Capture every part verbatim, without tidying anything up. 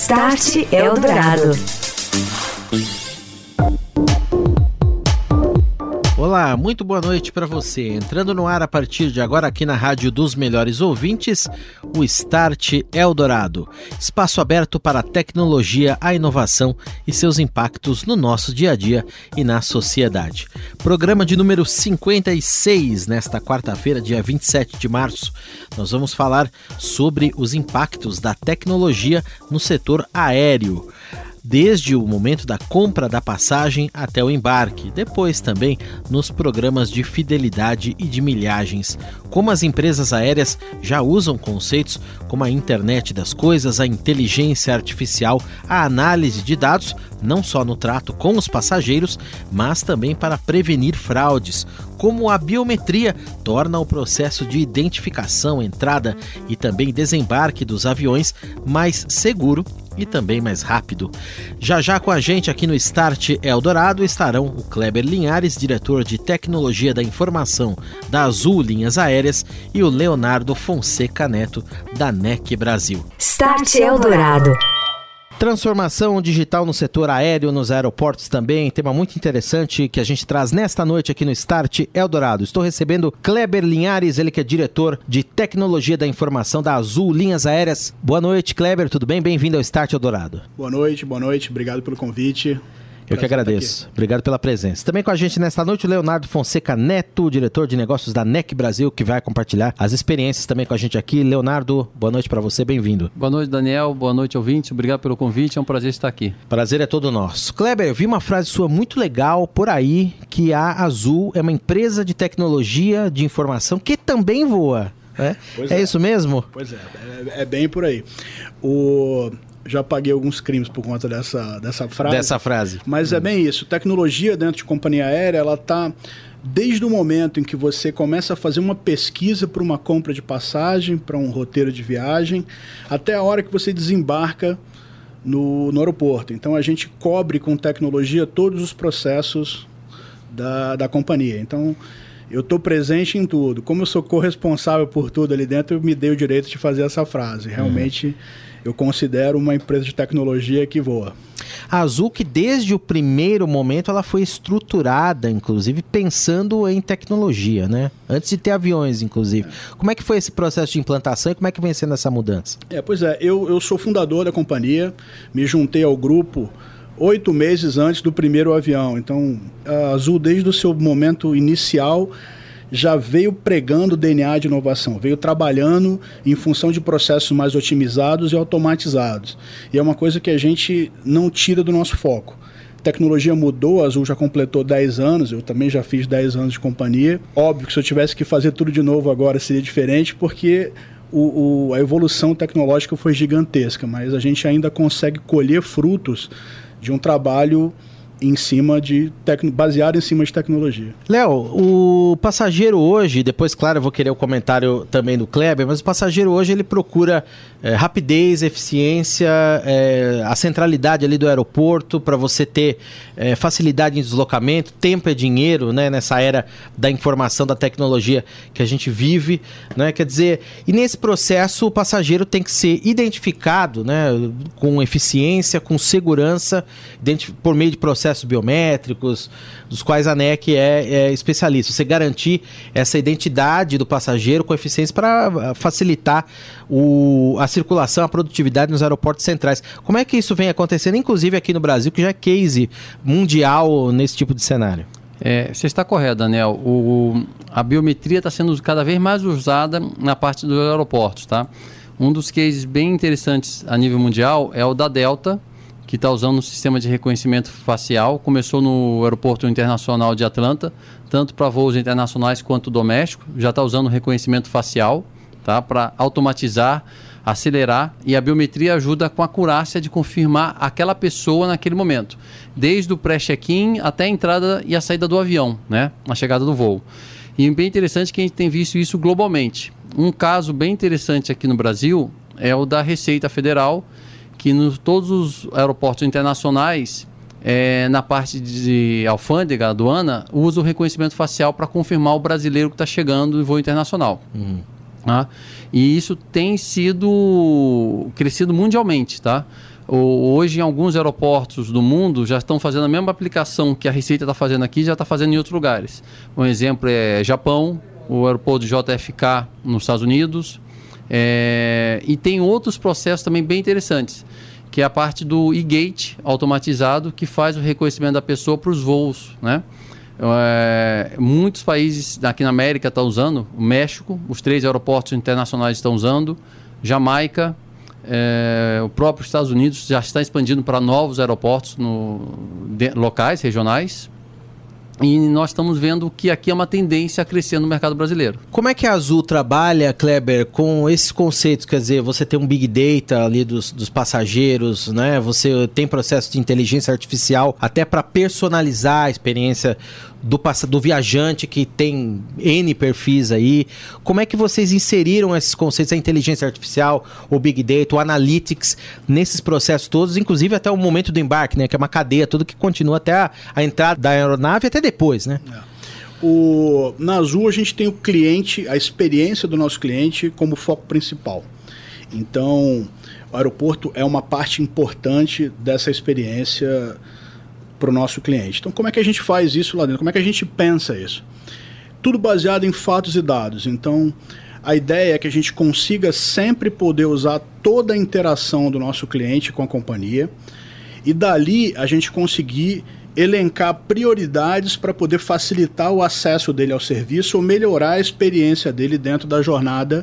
Start Eldorado. Olá, muito boa noite para você. Entrando no ar a partir de agora aqui na Rádio dos Melhores Ouvintes, o Start Eldorado. Espaço aberto para a tecnologia, a inovação e seus impactos no nosso dia a dia e na sociedade. Programa de número cinquenta e seis, nesta quarta-feira, dia vinte e sete de março. Nós vamos falar sobre os impactos da tecnologia no setor aéreo. Desde o momento da compra da passagem até o embarque, depois também nos programas de fidelidade e de milhagens. Como as empresas aéreas já usam conceitos como a internet das coisas, a inteligência artificial, a análise de dados, não só no trato com os passageiros, mas também para prevenir fraudes. Como a biometria torna o processo de identificação, entrada e também desembarque dos aviões mais seguro e também mais rápido. Já já com a gente aqui no Start Eldorado estarão o Kleber Linhares, diretor de Tecnologia da Informação da Azul Linhas Aéreas, e o Leonardo Fonseca Neto, da N E C Brasil. Start Eldorado. Transformação digital no setor aéreo, nos aeroportos também, tema muito interessante que a gente traz nesta noite aqui no Start Eldorado. Estou recebendo Kleber Linhares, ele que é diretor de Tecnologia da Informação da Azul Linhas Aéreas. Boa noite, Kleber, tudo bem? Bem-vindo ao Start Eldorado. Boa noite, boa noite, obrigado pelo convite. Eu que agradeço. Obrigado pela presença. Também com a gente nesta noite o Leonardo Fonseca Neto, diretor de negócios da N E C Brasil, que vai compartilhar as experiências também com a gente aqui. Leonardo, boa noite para você, bem-vindo. Boa noite, Daniel. Boa noite, ouvinte. Obrigado pelo convite, é um prazer estar aqui. Prazer é todo nosso. Kleber, eu vi uma frase sua muito legal por aí, que a Azul é uma empresa de tecnologia de informação que também voa. É, é, é isso mesmo? Pois é, é, é bem por aí. O... Já paguei alguns crimes por conta dessa, dessa frase. Dessa frase. Mas hum. é bem isso. Tecnologia dentro de companhia aérea, ela está... Desde o momento em que você começa a fazer uma pesquisa para uma compra de passagem, para um roteiro de viagem, até a hora que você desembarca no, no aeroporto. Então, a gente cobre com tecnologia todos os processos da, da companhia. Então, eu estou presente em tudo. Como eu sou corresponsável por tudo ali dentro, eu me dei o direito de fazer essa frase. Realmente... Hum. Eu considero uma empresa de tecnologia que voa. A Azul, que desde o primeiro momento ela foi estruturada, inclusive, pensando em tecnologia, né? Antes de ter aviões, inclusive. É. Como é que foi esse processo de implantação e como é que vem sendo essa mudança? É, pois é, eu, eu sou fundador da companhia, me juntei ao grupo oito meses antes do primeiro avião. Então, a Azul, desde o seu momento inicial, já veio pregando o D N A de inovação, veio trabalhando em função de processos mais otimizados e automatizados. E é uma coisa que a gente não tira do nosso foco. A tecnologia mudou, a Azul já completou dez anos, eu também já fiz dez anos de companhia. Óbvio que se eu tivesse que fazer tudo de novo agora seria diferente, porque o, o, a evolução tecnológica foi gigantesca, mas a gente ainda consegue colher frutos de um trabalho em cima de tec... baseado em cima de tecnologia. Léo, o passageiro hoje, depois, claro, eu vou querer o comentário também do Kleber, mas o passageiro hoje ele procura é, rapidez, eficiência, é, a centralidade ali do aeroporto para você ter é, facilidade em deslocamento, tempo é dinheiro, né, nessa era da informação, da tecnologia que a gente vive, né, quer dizer, e nesse processo o passageiro tem que ser identificado, né, com eficiência, com segurança, por meio de processos biométricos, dos quais a N E C é, é especialista. Você garantir essa identidade do passageiro com eficiência para facilitar o, a circulação, a produtividade nos aeroportos centrais. Como é que isso vem acontecendo, inclusive aqui no Brasil, que já é case mundial nesse tipo de cenário? É, você está correto, Daniel. O, a biometria está sendo cada vez mais usada na parte dos aeroportos, tá? Um dos cases bem interessantes a nível mundial é o da Delta, que está usando um sistema de reconhecimento facial. Começou no Aeroporto Internacional de Atlanta, tanto para voos internacionais quanto domésticos. Já está usando reconhecimento facial, tá, para automatizar, acelerar, e a biometria ajuda com a acurácia de confirmar aquela pessoa naquele momento, desde o pré-check-in até a entrada e a saída do avião, né, a chegada do voo. E é bem interessante que a gente tem visto isso globalmente. Um caso bem interessante aqui no Brasil é o da Receita Federal, que nos todos os aeroportos internacionais, é, na parte de alfândega, aduana, usa o reconhecimento facial para confirmar o brasileiro que está chegando em voo internacional. Uhum. Tá? E isso tem sido crescido mundialmente, tá? Hoje, em alguns aeroportos do mundo, já estão fazendo a mesma aplicação que a Receita está fazendo aqui, já está fazendo em outros lugares. Um exemplo é Japão, o aeroporto de J F K nos Estados Unidos. É, e tem outros processos também bem interessantes, que é a parte do e-gate automatizado, que faz o reconhecimento da pessoa para os voos, né? É, muitos países aqui na América estão usando, o México, os três aeroportos internacionais estão usando, Jamaica, é, o próprio Estados Unidos já está expandindo para novos aeroportos no, de, locais, regionais. E nós estamos vendo que aqui é uma tendência a crescer no mercado brasileiro. Como é que a Azul trabalha, Kleber, com esses conceitos? Quer dizer, você tem um big data ali dos, dos passageiros, né? Você tem processo de inteligência artificial até para personalizar a experiência do, do viajante, que tem N perfis aí. Como é que vocês inseriram esses conceitos, a inteligência artificial, o big data, o analytics, nesses processos todos, inclusive até o momento do embarque, né? Que é uma cadeia, tudo que continua até a, a entrada da aeronave até depois, né? É. O, na Azul a gente tem o cliente, a experiência do nosso cliente como foco principal. Então, o aeroporto é uma parte importante dessa experiência para o nosso cliente. Então, como é que a gente faz isso lá dentro? Como é que a gente pensa isso? Tudo baseado em fatos e dados. Então, a ideia é que a gente consiga sempre poder usar toda a interação do nosso cliente com a companhia e dali a gente conseguir elencar prioridades para poder facilitar o acesso dele ao serviço ou melhorar a experiência dele dentro da jornada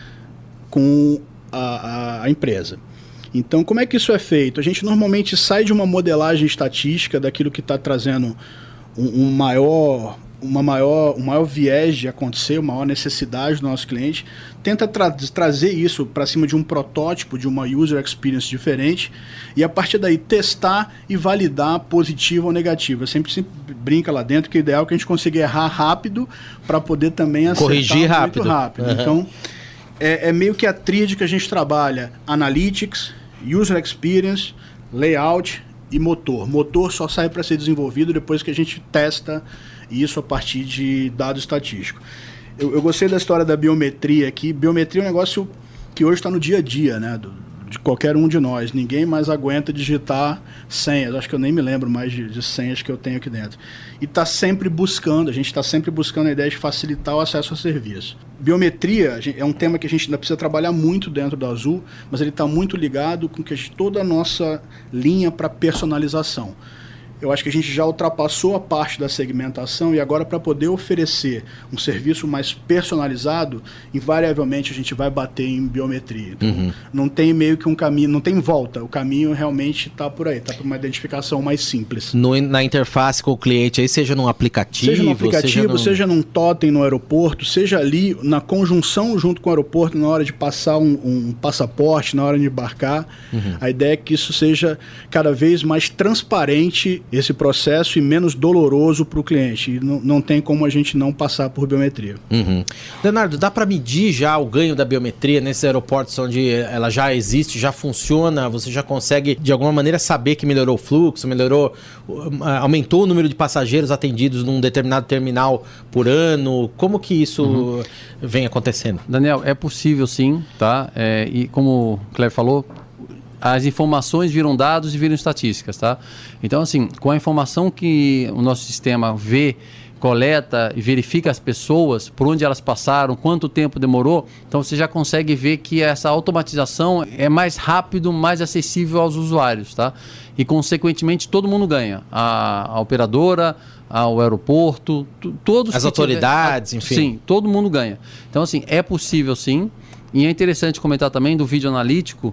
com a, a, a empresa. Então, como é que isso é feito? A gente normalmente sai de uma modelagem estatística daquilo que está trazendo um, um maior, uma maior, um maior viés de acontecer, uma maior necessidade do nosso cliente, tenta tra trazer isso para cima de um protótipo, de uma user experience diferente, e a partir daí testar e validar positivo ou negativo. Eu sempre, sempre brinca lá dentro que o ideal é que a gente consiga errar rápido para poder também acertar corrigir rápido. muito rápido. Uhum. Então, é, é meio que a tríade que a gente trabalha: Analytics, User Experience, Layout e Motor. Motor só sai para ser desenvolvido depois que a gente testa isso a partir de dados estatísticos. Eu, eu gostei da história da biometria aqui. Biometria é um negócio que hoje está no dia a dia, né, do, de qualquer um de nós. Ninguém mais aguenta digitar senhas. Acho que eu nem me lembro mais de, de senhas que eu tenho aqui dentro. E está sempre buscando, a gente está sempre buscando a ideia de facilitar o acesso ao serviço. Biometria é um tema que a gente ainda precisa trabalhar muito dentro da Azul, mas ele está muito ligado com que a gente, toda a nossa linha para personalização. Eu acho que a gente já ultrapassou a parte da segmentação e agora, para poder oferecer um serviço mais personalizado, invariavelmente a gente vai bater em biometria. Então, uhum. não tem meio que um caminho, não tem volta. O caminho realmente está por aí, está por uma identificação mais simples. No, na interface com o cliente, aí, seja num aplicativo... Seja no aplicativo, seja, no... seja num totem no aeroporto, seja ali na conjunção junto com o aeroporto, na hora de passar um, um passaporte, na hora de embarcar. Uhum. A ideia é que isso seja cada vez mais transparente, esse processo, e menos doloroso para o cliente. E não, não tem como a gente não passar por biometria. Uhum. Leonardo, dá para medir já o ganho da biometria nesses aeroportos onde ela já existe, já funciona? Você já consegue, de alguma maneira, saber que melhorou o fluxo, melhorou, aumentou o número de passageiros atendidos num determinado terminal por ano? Como que isso uhum. vem acontecendo? Daniel, é possível sim, tá? É, e como o Cleber falou, as informações viram dados e viram estatísticas, tá? Então, assim, com a informação que o nosso sistema vê, coleta e verifica as pessoas, por onde elas passaram, quanto tempo demorou, então você já consegue ver que essa automatização é mais rápido, mais acessível aos usuários, tá? E, consequentemente, todo mundo ganha. A, a operadora, ao aeroporto, todos... As autoridades, tiver, enfim. Sim, todo mundo ganha. Então, assim, é possível sim. E é interessante comentar também do vídeo analítico,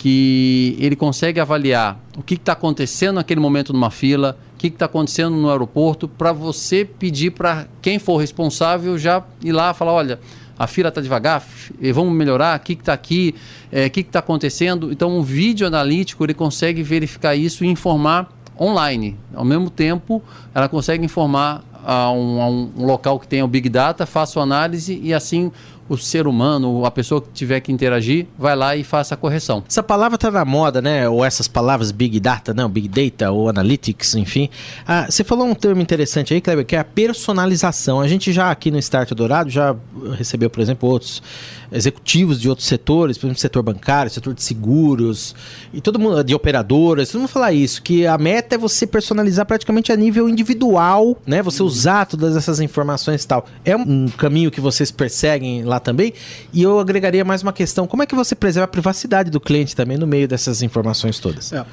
que ele consegue avaliar o que está acontecendo naquele momento numa fila, o que está acontecendo no aeroporto, para você pedir para quem for responsável já ir lá e falar: olha, a fila está devagar, vamos melhorar, o que está aqui, é, o que está acontecendo. Então, um vídeo analítico ele consegue verificar isso e informar online. Ao mesmo tempo, ela consegue informar a um, a um local que tem o Big Data, faça a análise e assim o ser humano, a pessoa que tiver que interagir, vai lá e faça a correção. Essa palavra está na moda, né? Ou essas palavras Big Data, não, Big Data ou Analytics, enfim. Ah, você falou um termo interessante aí, Kleber, que é a personalização. A gente já aqui no Start Eldorado já recebeu, por exemplo, outros executivos de outros setores, por exemplo, setor bancário, setor de seguros, e todo mundo, de operadoras, todo mundo fala isso, que a meta é você personalizar praticamente a nível individual, né? Você usar todas essas informações e tal. É um caminho que vocês perseguem lá também? E eu agregaria mais uma questão, como é que você preserva a privacidade do cliente também no meio dessas informações todas? É,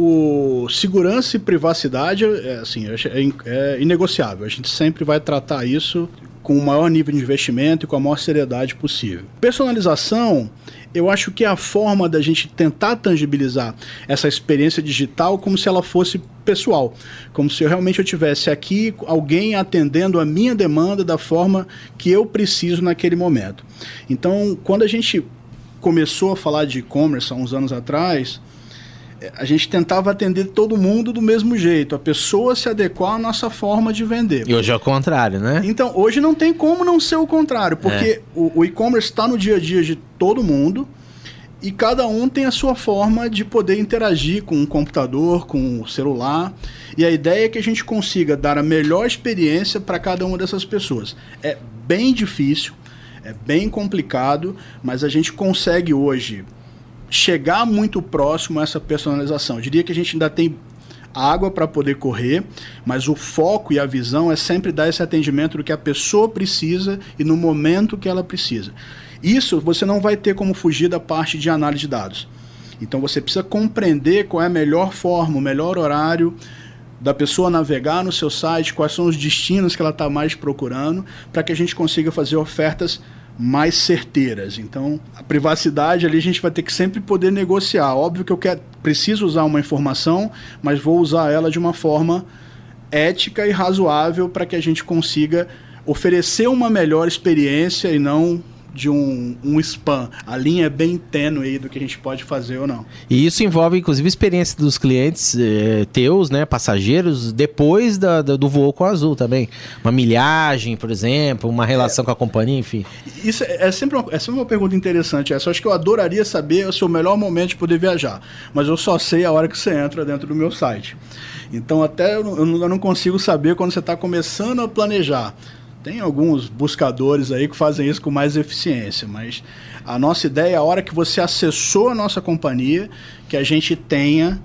o segurança e privacidade é, assim, é, é inegociável. A gente sempre vai tratar isso com o maior nível de investimento e com a maior seriedade possível. Personalização, eu acho que é a forma da gente tentar tangibilizar essa experiência digital como se ela fosse pessoal, como se eu realmente eu tivesse aqui alguém atendendo a minha demanda da forma que eu preciso naquele momento. Então, quando a gente começou a falar de e-commerce há uns anos atrás, a gente tentava atender todo mundo do mesmo jeito, a pessoa se adequar à nossa forma de vender. E hoje é o contrário, né? Então, hoje não tem como não ser o contrário, porque é. o, o e-commerce está no dia a dia de todo mundo e cada um tem a sua forma de poder interagir com o computador, com o celular, e a ideia é que a gente consiga dar a melhor experiência para cada uma dessas pessoas. É bem difícil, é bem complicado, mas a gente consegue hoje chegar muito próximo a essa personalização. Eu diria que a gente ainda tem água para poder correr, mas o foco e a visão é sempre dar esse atendimento do que a pessoa precisa e no momento que ela precisa. Isso você não vai ter como fugir da parte de análise de dados. Então você precisa compreender qual é a melhor forma, o melhor horário da pessoa navegar no seu site, quais são os destinos que ela está mais procurando, para que a gente consiga fazer ofertas mais certeiras. Então, a privacidade ali a gente vai ter que sempre poder negociar. Óbvio que eu quero, preciso usar uma informação, mas vou usar ela de uma forma ética e razoável para que a gente consiga oferecer uma melhor experiência e não de um, um spam. A linha é bem tênue aí do que a gente pode fazer ou não. E isso envolve, inclusive, a experiência dos clientes eh, teus, né, passageiros, depois da, da, do voo com a Azul também. Uma milhagem, por exemplo, uma relação é, com a companhia, enfim. Isso é, é, sempre uma, é sempre uma pergunta interessante essa. Eu acho que eu adoraria saber o seu melhor momento de poder viajar, mas eu só sei a hora que você entra dentro do meu site. Então, até eu não, eu não consigo saber quando você está começando a planejar. Tem alguns buscadores aí que fazem isso com mais eficiência, mas a nossa ideia é a hora que você acessou a nossa companhia, que a gente tenha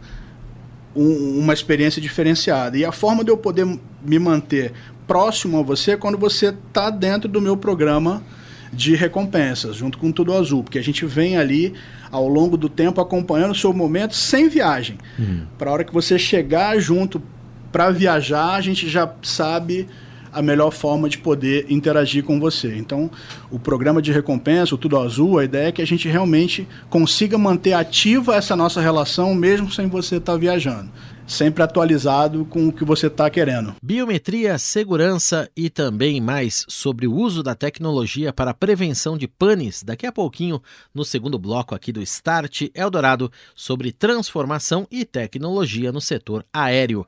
um, uma experiência diferenciada. E a forma de eu poder me manter próximo a você é quando você está dentro do meu programa de recompensas, junto com Tudo Azul, porque a gente vem ali ao longo do tempo acompanhando o seu momento sem viagem. Uhum. Para a hora que você chegar junto para viajar, a gente já sabe a melhor forma de poder interagir com você. Então, o programa de recompensa, o Tudo Azul, a ideia é que a gente realmente consiga manter ativa essa nossa relação, mesmo sem você estar viajando. Sempre atualizado com o que você está querendo. Biometria, segurança e também mais sobre o uso da tecnologia para a prevenção de panes. Daqui a pouquinho, no segundo bloco aqui do Start Eldorado, sobre transformação e tecnologia no setor aéreo.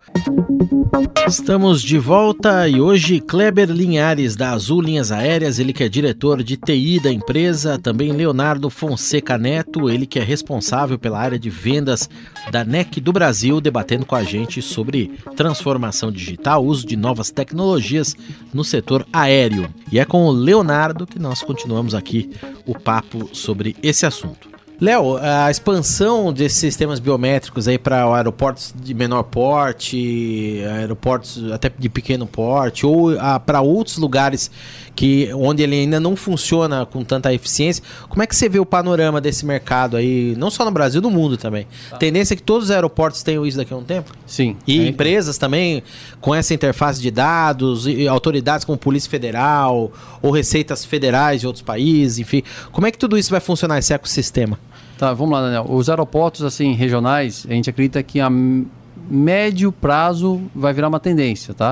Estamos de volta e hoje Kleber Linhares, da Azul Linhas Aéreas, ele que é diretor de T I da empresa, também Leonardo Fonseca Neto, ele que é responsável pela área de vendas da N E C do Brasil, debatendo com a gente sobre transformação digital, uso de novas tecnologias no setor aéreo. E é com o Leonardo que nós continuamos aqui o papo sobre esse assunto. Léo, a expansão desses sistemas biométricos aí para aeroportos de menor porte, aeroportos até de pequeno porte, ou para outros lugares que, onde ele ainda não funciona com tanta eficiência, como é que você vê o panorama desse mercado aí, não só no Brasil, no mundo também? Tá. Tendência é que todos os aeroportos tenham isso daqui a um tempo? Sim. E é empresas também com essa interface de dados, e autoridades como Polícia Federal ou receitas federais de outros países, enfim. Como é que tudo isso vai funcionar, esse ecossistema? Tá, vamos lá, Daniel. Os aeroportos assim, regionais, a gente acredita que a médio prazo vai virar uma tendência, tá?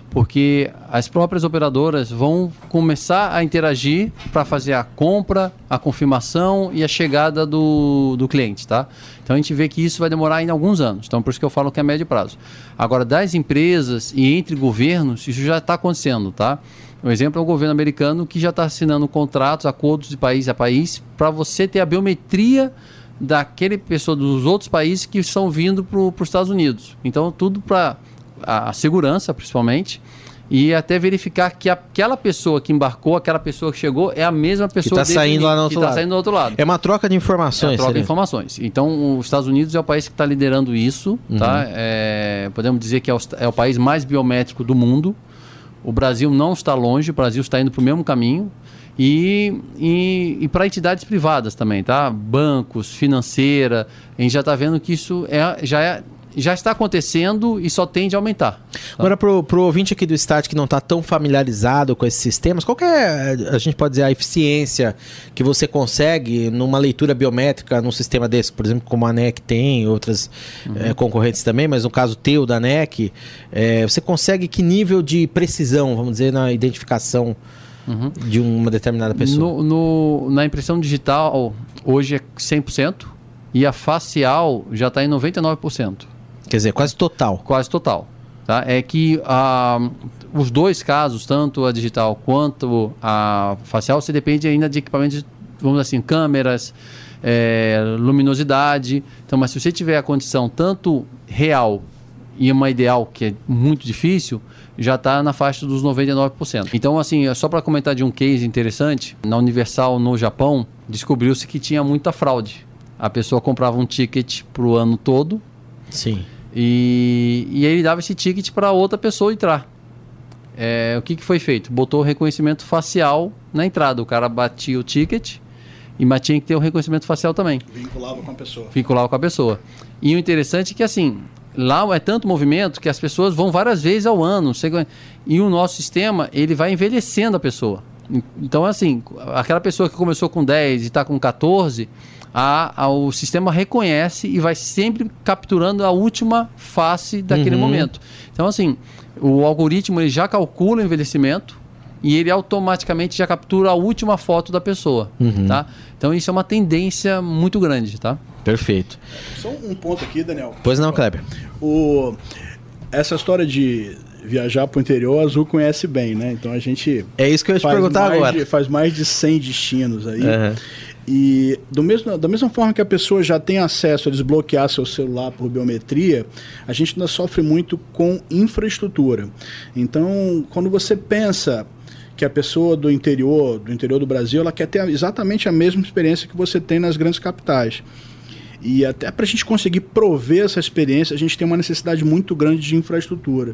porque as próprias operadoras vão começar a interagir para fazer a compra, a confirmação e a chegada do, do cliente, tá? Então a gente vê que isso vai demorar em alguns anos, então por isso que eu falo que é médio prazo. Agora, das empresas e entre governos, isso já está acontecendo, tá? Um exemplo é o governo americano que já está assinando contratos, acordos de país a país, para você ter a biometria daquele pessoa dos outros países que estão vindo para os Estados Unidos. Então, tudo para a, a segurança, principalmente, e até verificar que aquela pessoa que embarcou, aquela pessoa que chegou, é a mesma pessoa que está saindo lá no outro que lado. Tá saindo do outro lado. É uma troca de informações. É uma troca seria? de informações. Então, os Estados Unidos é o país que está liderando isso. Uhum. Tá? É, podemos dizer que é o, é o país mais biométrico do mundo. O Brasil não está longe, o Brasil está indo para o mesmo caminho. E, e, e para entidades privadas também, tá? Bancos, financeira, a gente já está vendo que isso é, já, é, já está acontecendo e só tende a aumentar. Tá? Agora, para o ouvinte aqui do Start que não está tão familiarizado com esses sistemas, qual que é, a gente pode dizer, a eficiência que você consegue numa leitura biométrica num sistema desse, por exemplo, como a N E C tem, outras uhum. é, concorrentes também, mas no caso teu, da N E C, é, você consegue que nível de precisão, vamos dizer, na identificação Uhum. de uma determinada pessoa? No, no, na impressão digital, hoje é cem por cento e a facial já está em noventa e nove por cento. Quer dizer, quase total. Quase total. Tá? É que ah, os dois casos, tanto a digital quanto a facial, você depende ainda de equipamentos, vamos dizer assim, câmeras, é, luminosidade. Então, mas se você tiver a condição tanto real e uma ideal, que é muito difícil, já está na faixa dos noventa e nove por cento. Então, assim, só para comentar de um case interessante, na Universal, no Japão, descobriu-se que tinha muita fraude. A pessoa comprava um ticket para o ano todo. Sim. E, e ele dava esse ticket para outra pessoa entrar. É, o que, que foi feito? Botou o reconhecimento facial na entrada. O cara batia o ticket, mas tinha que ter o reconhecimento facial também. Vinculava com a pessoa. Vinculava com a pessoa. E o interessante é que, assim, lá é tanto movimento que as pessoas vão várias vezes ao ano. E o nosso sistema, ele vai envelhecendo a pessoa. Então, assim, aquela pessoa que começou com dez e está com catorze, a, a, o sistema reconhece e vai sempre capturando a última face daquele uhum. momento. Então, assim, o algoritmo ele já calcula o envelhecimento e ele automaticamente já captura a última foto da pessoa. Uhum. Tá? Então, isso é uma tendência muito grande, tá? Perfeito. Só um ponto aqui, Daniel. Pois não, Kleber. O, essa história de viajar para o interior, a Azul conhece bem, né? Então a gente... É isso que eu ia te perguntar agora. De, faz mais de cem destinos aí. Uhum. E do mesmo, da mesma forma que a pessoa já tem acesso a desbloquear seu celular por biometria, a gente ainda sofre muito com infraestrutura. Então, quando você pensa que a pessoa do interior, do interior do Brasil, ela quer ter exatamente a mesma experiência que você tem nas grandes capitais. E até para a gente conseguir prover essa experiência, a gente tem uma necessidade muito grande de infraestrutura.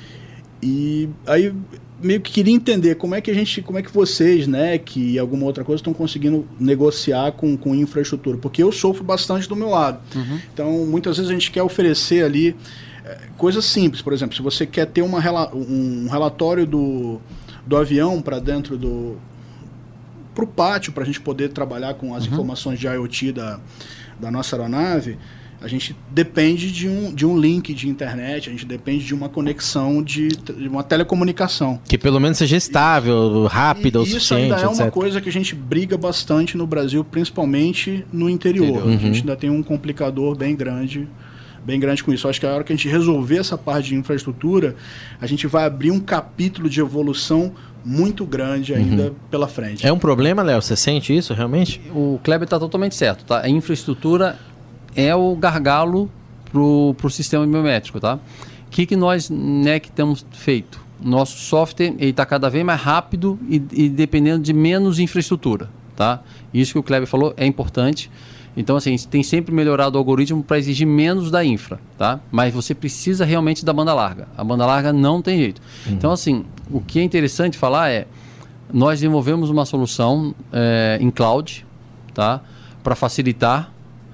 E aí meio que queria entender como é que a gente, como é que vocês, né, que e alguma outra coisa estão conseguindo negociar com, com infraestrutura, porque eu sofro bastante do meu lado. Uhum. Então, muitas vezes a gente quer oferecer ali é, coisas simples, por exemplo, se você quer ter uma, um relatório do, do avião para dentro do para o pátio, para a gente poder trabalhar com as uhum. informações de IoT da, da nossa aeronave, a gente depende de um, de um link de internet, a gente depende de uma conexão de, de uma telecomunicação. Que pelo menos seja estável, e, rápida, e o suficiente, isso ainda é etcétera. uma coisa que a gente briga bastante no Brasil, principalmente no interior. Uhum. A gente ainda tem um complicador bem grande, bem grande com isso. Eu acho que a hora que a gente resolver essa parte de infraestrutura, a gente vai abrir um capítulo de evolução muito grande ainda uhum. pela frente. É um problema, Léo? Você sente isso realmente? O Kleber está totalmente certo, tá? A infraestrutura é o gargalo para o sistema biométrico, tá? O que, que nós, N E C, temos feito? Nosso software está cada vez mais rápido e, e dependendo de menos infraestrutura, tá? Isso que o Kleber falou é importante. Então, assim, a gente tem sempre melhorado o algoritmo para exigir menos da infra, tá? Mas você precisa realmente da banda larga. A banda larga não tem jeito. Uhum. Então, assim, o que é interessante falar é, nós desenvolvemos uma solução é, em cloud, tá? Para facilitar.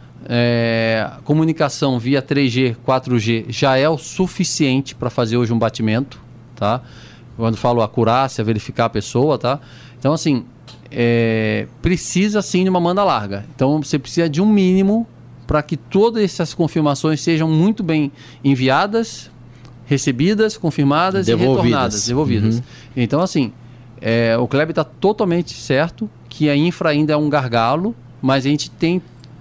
É, comunicação via três G, quatro G já é o suficiente para fazer hoje um batimento, tá? Quando falo acurácia, verificar a pessoa, tá? Então, assim, é, precisa sim de uma banda larga. Então, você precisa de um mínimo para que todas essas confirmações sejam muito bem enviadas, recebidas, confirmadas devolvidas. e retornadas, devolvidas. Uhum. Então, assim, é, o Kleber está totalmente certo que a infra ainda é um gargalo, mas a gente tem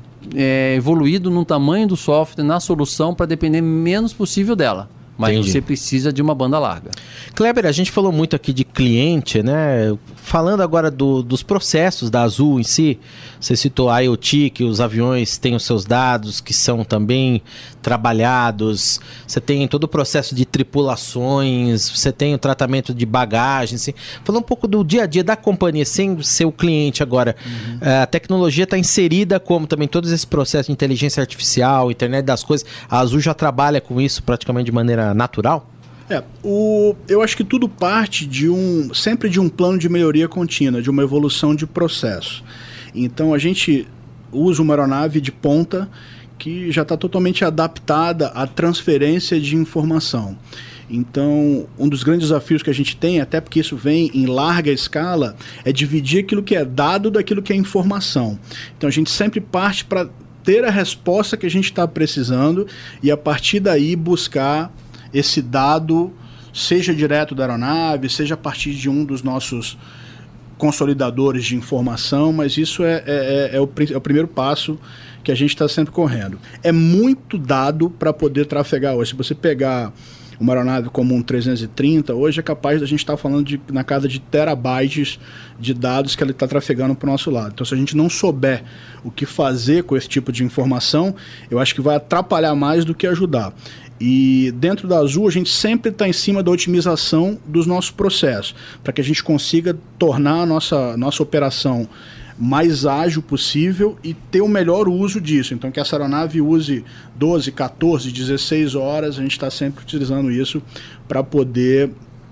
é, evoluído no tamanho do software, na solução, para depender menos possível dela. Mas Entendi. Você precisa de uma banda larga. Kleber, a gente falou muito aqui de cliente, né? Falando agora do, dos processos da Azul em si, você citou a IoT, que os aviões têm os seus dados, que são também trabalhados, você tem todo o processo de tripulações, você tem o tratamento de bagagem, assim. Falando um pouco do dia a dia da companhia, sem ser o cliente agora, uhum. A tecnologia está inserida como também todos esses processos de inteligência artificial, internet das coisas, a Azul já trabalha com isso praticamente de maneira natural? É, o, eu acho que tudo parte de um, sempre de um plano de melhoria contínua, de uma evolução de processo. Então a gente usa uma aeronave de ponta que já está totalmente adaptada à transferência de informação. Então, um dos grandes desafios que a gente tem, até porque isso vem em larga escala, é dividir aquilo que é dado daquilo que é informação. Então a gente sempre parte para ter a resposta que a gente está precisando e a partir daí buscar esse dado, seja direto da aeronave, seja a partir de um dos nossos consolidadores de informação, mas isso é, é, é, o, é o primeiro passo que a gente está sempre correndo. É muito dado para poder trafegar hoje. Se você pegar uma aeronave como um trezentos e trinta, hoje é capaz da gente estar tá falando de, na casa de terabytes de dados que ele está trafegando para o nosso lado. Então, se a gente não souber o que fazer com esse tipo de informação, eu acho que vai atrapalhar mais do que ajudar. E dentro da Azul, a gente sempre está em cima da otimização dos nossos processos, para que a gente consiga tornar a nossa, nossa operação mais ágil possível e ter o melhor uso disso. Então, que essa aeronave use doze, quatorze, dezesseis horas, a gente está sempre utilizando isso para poder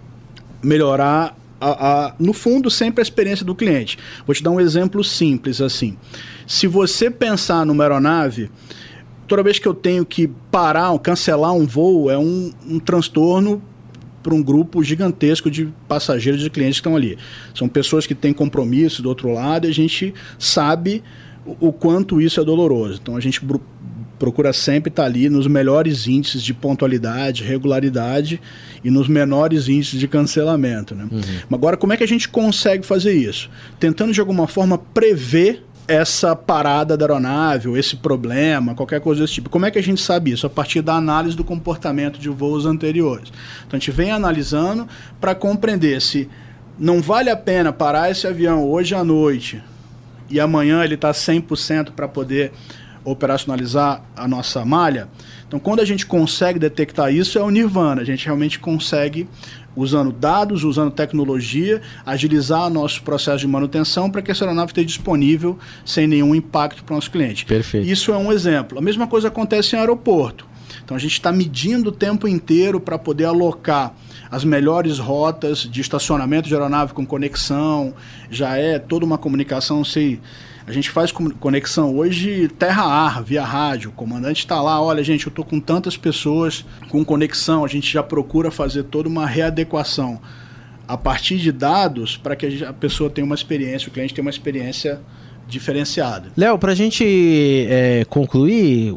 melhorar, a, a, no fundo, sempre a experiência do cliente. Vou te dar um exemplo simples assim. Se você pensar numa aeronave, toda vez que eu tenho que parar, cancelar um voo, é um, um transtorno para um grupo gigantesco de passageiros e clientes que estão ali. São pessoas que têm compromisso do outro lado e a gente sabe o, o quanto isso é doloroso. Então a gente br- procura sempre estar ali nos melhores índices de pontualidade, regularidade e nos menores índices de cancelamento, né? Uhum. Mas agora, como é que a gente consegue fazer isso? Tentando de alguma forma prever essa parada da aeronave, ou esse problema, qualquer coisa desse tipo. Como é que a gente sabe isso? A partir da análise do comportamento de voos anteriores. Então a gente vem analisando para compreender se não vale a pena parar esse avião hoje à noite e amanhã ele está cem por cento para poder operacionalizar a nossa malha. Então, quando a gente consegue detectar isso, é o nirvana. A gente realmente consegue, usando dados, usando tecnologia, agilizar nosso processo de manutenção para que essa aeronave esteja disponível sem nenhum impacto para o nosso cliente. Perfeito. Isso é um exemplo. A mesma coisa acontece em aeroporto. Então, a gente está medindo o tempo inteiro para poder alocar as melhores rotas de estacionamento de aeronave com conexão. Já é toda uma comunicação, sei... A gente faz conexão hoje terra-ar, via rádio. O comandante está lá, olha, gente, eu estou com tantas pessoas com conexão. A gente já procura fazer toda uma readequação a partir de dados para que a pessoa tenha uma experiência, o cliente tenha uma experiência diferenciada. Léo, para a gente é, concluir,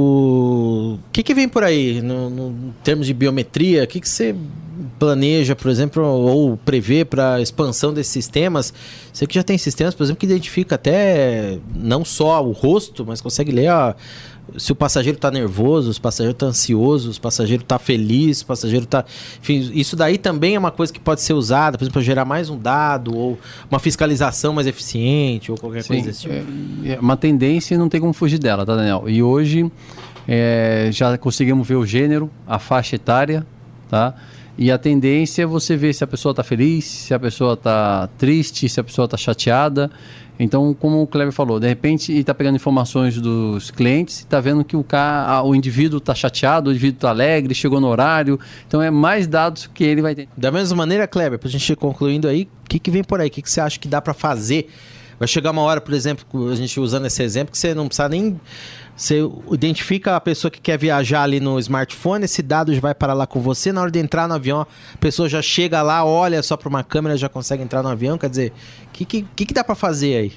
o que, que vem por aí no, no em termos de biometria? O que, que você planeja, por exemplo, ou prevê para a expansão desses sistemas? Você que já tem sistemas, por exemplo, que identifica até não só o rosto, mas consegue ler ó, se o passageiro está nervoso, se o passageiro está ansioso, se o passageiro está feliz, se o passageiro está... Enfim, isso daí também é uma coisa que pode ser usada, por exemplo, para gerar mais um dado, ou uma fiscalização mais eficiente, ou qualquer Sim, coisa desse tipo. É uma tendência e não tem como fugir dela, tá, Daniel? E hoje é, já conseguimos ver o gênero, a faixa etária, tá? E a tendência é você ver se a pessoa está feliz, se a pessoa está triste, se a pessoa está chateada. Então, como o Kleber falou, de repente está pegando informações dos clientes e está vendo que o, cara, o indivíduo está chateado, o indivíduo está alegre, chegou no horário. Então, é mais dados que ele vai ter. Da mesma maneira, Kleber, para a gente ir concluindo aí, o que, que vem por aí? O que, que você acha que dá para fazer? Vai chegar uma hora, por exemplo, a gente usando esse exemplo, que você não precisa nem... Você identifica a pessoa que quer viajar ali no smartphone, esse dado já vai parar lá com você. Na hora de entrar no avião, a pessoa já chega lá, olha só para uma câmera, já consegue entrar no avião. Quer dizer, o que, que, que dá para fazer aí?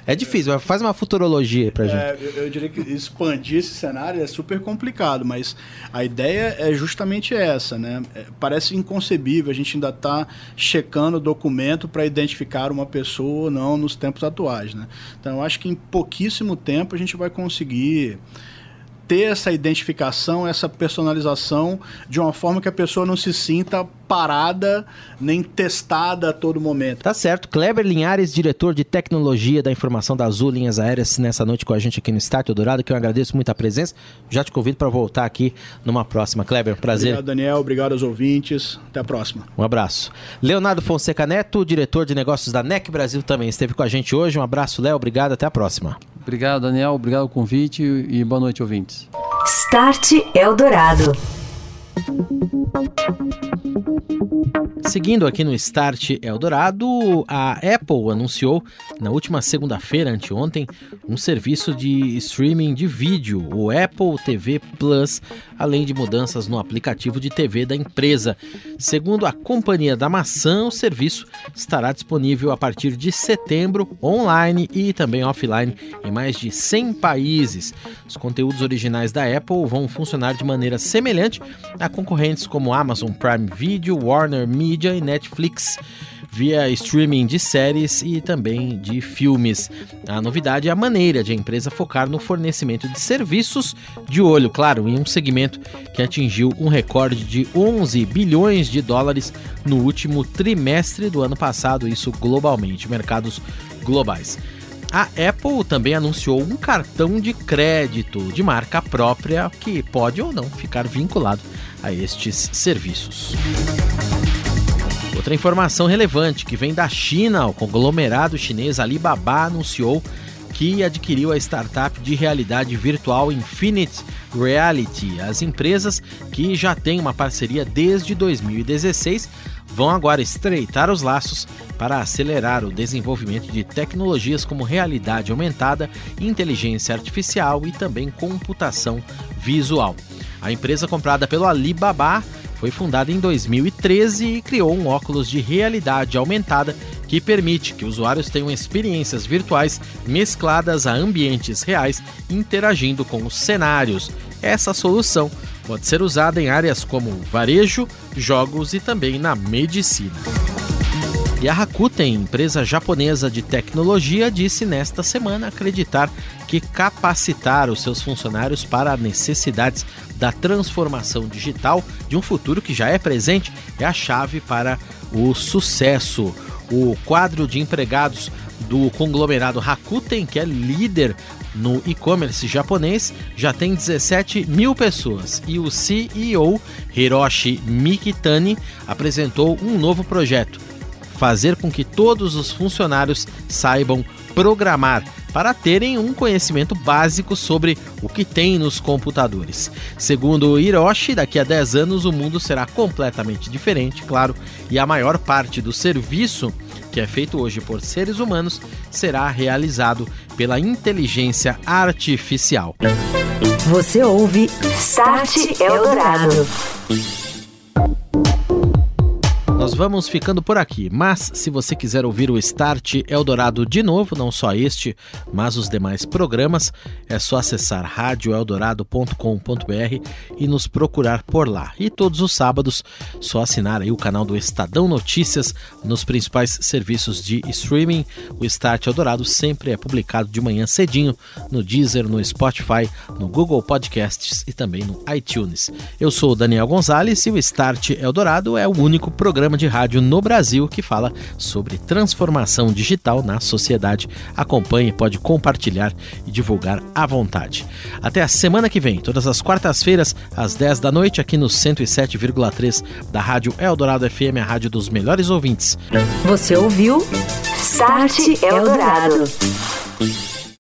É difícil, faz uma futurologia pra gente. É, eu, eu diria que expandir esse cenário é super complicado, mas a ideia é justamente essa, né? É, parece inconcebível, a gente ainda está checando o documento para identificar uma pessoa ou não nos tempos atuais, né? Então, eu acho que em pouquíssimo tempo a gente vai conseguir ter essa identificação, essa personalização de uma forma que a pessoa não se sinta parada nem testada a todo momento. Tá certo. Kleber Linhares, diretor de tecnologia da informação da Azul Linhas Aéreas, nessa noite com a gente aqui no Start Eldorado, que eu agradeço muito a presença. Já te convido para voltar aqui numa próxima. Kleber, prazer. Obrigado, Daniel. Obrigado aos ouvintes. Até a próxima. Um abraço. Leonardo Fonseca Neto, diretor de negócios da N E C Brasil, também esteve com a gente hoje. Um abraço, Léo. Obrigado. Até a próxima. Obrigado, Daniel. Obrigado pelo convite e boa noite, ouvintes. Start Eldorado. Seguindo aqui no Start Eldorado, a Apple anunciou na última segunda-feira, anteontem, um serviço de streaming de vídeo, o Apple T V Plus, além de mudanças no aplicativo de T V da empresa. Segundo a Companhia da Maçã, o serviço estará disponível a partir de setembro, online e também offline, em mais de cem países. Os conteúdos originais da Apple vão funcionar de maneira semelhante a concorrentes como Amazon Prime Video, Warner Media e Netflix, via streaming de séries e também de filmes. A novidade é a maneira de a empresa focar no fornecimento de serviços de olho, claro, em um segmento que atingiu um recorde de onze bilhões de dólares no último trimestre do ano passado, isso globalmente, mercados globais. A Apple também anunciou um cartão de crédito de marca própria que pode ou não ficar vinculado a estes serviços. Outra informação relevante que vem da China, o conglomerado chinês Alibaba anunciou que adquiriu a startup de realidade virtual Infinite Reality. As empresas, que já têm uma parceria desde dois mil e dezesseis, vão agora estreitar os laços para acelerar o desenvolvimento de tecnologias como realidade aumentada, inteligência artificial e também computação visual. A empresa, comprada pelo Alibaba, foi fundada em dois mil e treze e criou um óculos de realidade aumentada que permite que usuários tenham experiências virtuais mescladas a ambientes reais, interagindo com os cenários. Essa solução pode ser usada em áreas como varejo, jogos e também na medicina. E a Rakuten, empresa japonesa de tecnologia, disse nesta semana acreditar que capacitar os seus funcionários para necessidades da transformação digital de um futuro que já é presente é a chave para o sucesso. O quadro de empregados do conglomerado Rakuten, que é líder no e-commerce japonês, já tem dezessete mil pessoas e o C E O Hiroshi Mikitani apresentou um novo projeto: fazer com que todos os funcionários saibam programar para terem um conhecimento básico sobre o que tem nos computadores. Segundo Hiroshi, daqui a dez anos o mundo será completamente diferente, claro, e a maior parte do serviço que é feito hoje por seres humanos será realizado pela inteligência artificial. Você ouve Start Eldorado. Nós vamos ficando por aqui, mas se você quiser ouvir o Start Eldorado de novo, não só este, mas os demais programas, é só acessar rádio eldorado ponto com ponto b r e nos procurar por lá. E todos os sábados, só assinar aí o canal do Estadão Notícias nos principais serviços de streaming. O Start Eldorado sempre é publicado de manhã cedinho no Deezer, no Spotify, no Google Podcasts e também no iTunes. Eu sou o Daniel Gonzalez e o Start Eldorado é o único programa de rádio no Brasil que fala sobre transformação digital na sociedade. Acompanhe, pode compartilhar e divulgar à vontade. Até a semana que vem, todas as quartas-feiras, às dez da noite, aqui no cento e sete vírgula três da Rádio Eldorado F M, a rádio dos melhores ouvintes. Você ouviu Start Eldorado.